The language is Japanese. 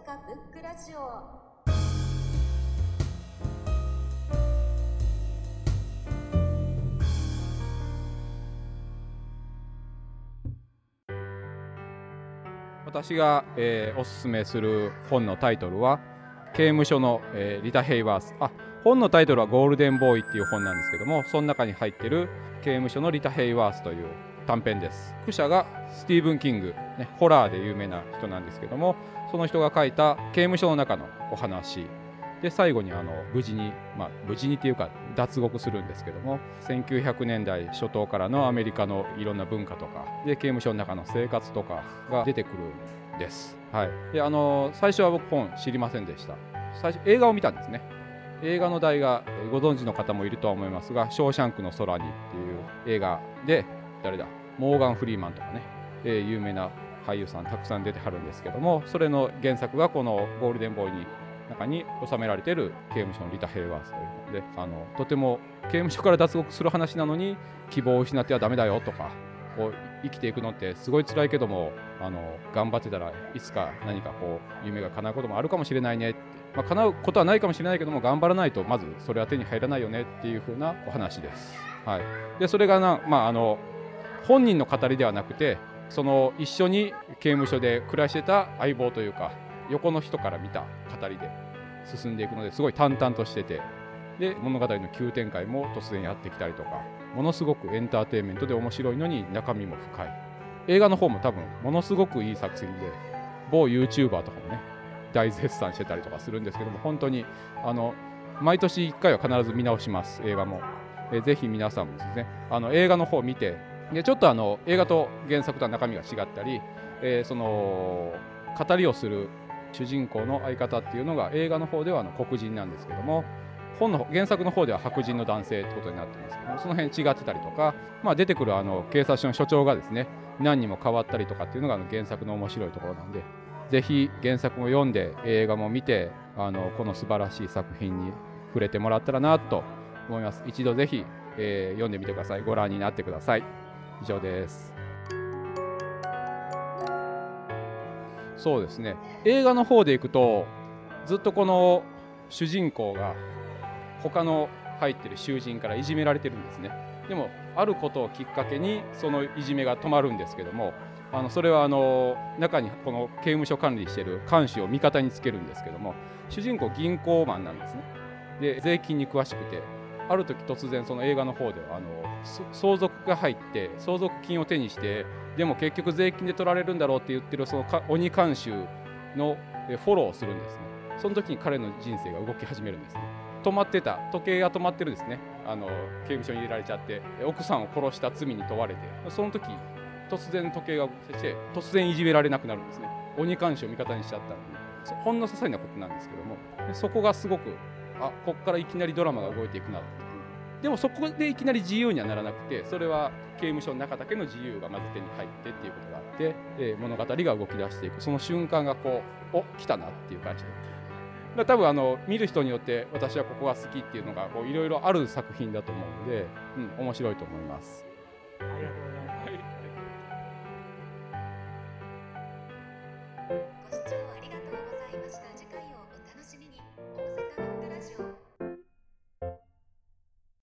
塚ブックラジオ。 私が、おすすめする本のタイトルは刑務所の、リタ・ヘイワース。本のタイトルはゴールデンボーイっていう本なんですけども、その中に入っている刑務所のリタ・ヘイワースという短編です。作者がスティーブン・キング、ホラーで有名な人なんですけども、その人が書いた刑務所の中のお話で、最後に無事にっていうか脱獄するんですけども、1900年代初頭からのアメリカのいろんな文化とかで、刑務所の中の生活とかが出てくるんです。はい。で最初は僕本知りませんでした。最初映画を見たんですね。映画の題がご存知の方もいるとは思いますが、ショーシャンクの空にっていう映画で、モーガン・フリーマンとかね、有名な俳優さんたくさん出てはるんですけども、それの原作がこのゴールデンボーイに中に収められている刑務所のリタ・ヘイワースというので、とても刑務所から脱獄する話なのに、希望を失ってはダメだよとか、こう生きていくのってすごい辛いけども、頑張ってたらいつか何かこう夢が叶うこともあるかもしれないねって、叶うことはないかもしれないけども、頑張らないとまずそれは手に入らないよねっていう風なお話です。はい。でそれが本人の語りではなくて、その一緒に刑務所で暮らしてた相棒というか、横の人から見た語りで進んでいくので、すごい淡々としてて、で物語の急展開も突然やってきたりとか、ものすごくエンターテインメントで面白いのに中身も深い。映画の方も多分ものすごくいい作品で、某 YouTuber とかもね大絶賛してたりとかするんですけども、本当に毎年1回は必ず見直します。映画もぜひ皆さんもですね、映画の方を見て、でちょっと映画と原作とは中身が違ったり、その語りをする主人公の相方っていうのが映画の方では黒人なんですけども、原作の方では白人の男性ってことになってますけども、その辺違ってたりとか、出てくる警察署の署長がですね何人も変わったりとかっていうのが原作の面白いところなんで、ぜひ原作も読んで映画も見て、この素晴らしい作品に触れてもらったらなと思います。一度ぜひ、読んでみてください。ご覧になってください。以上です。そうですね、映画の方でいくと、ずっとこの主人公が他の入ってる囚人からいじめられてるんですね。でもあることをきっかけにそのいじめが止まるんですけども、それは中にこの刑務所管理している看守を味方につけるんですけども、主人公銀行マンなんですね。で税金に詳しくて、ある時突然その映画の方では相続が入って相続金を手にして、でも結局税金で取られるんだろうって言ってるその鬼看守のフォローをするんですね。その時に彼の人生が動き始めるんですね。止まってた時計が止まってるんですね。刑務所に入れられちゃって奥さんを殺した罪に問われて、その時突然時計が動きして突然いじめられなくなるんですね。鬼看守を味方にしちゃったので、ほんの些細なことなんですけども、そこがすごくこっからいきなりドラマが動いていくなって。でもそこでいきなり自由にはならなくて、それは刑務所の中だけの自由がまず手に入ってっていうことがあって、物語が動き出していく、その瞬間が来たなっていう感じで、多分見る人によって私はここが好きっていうのがいろいろある作品だと思うので、面白いと思います。 ありがとうございます。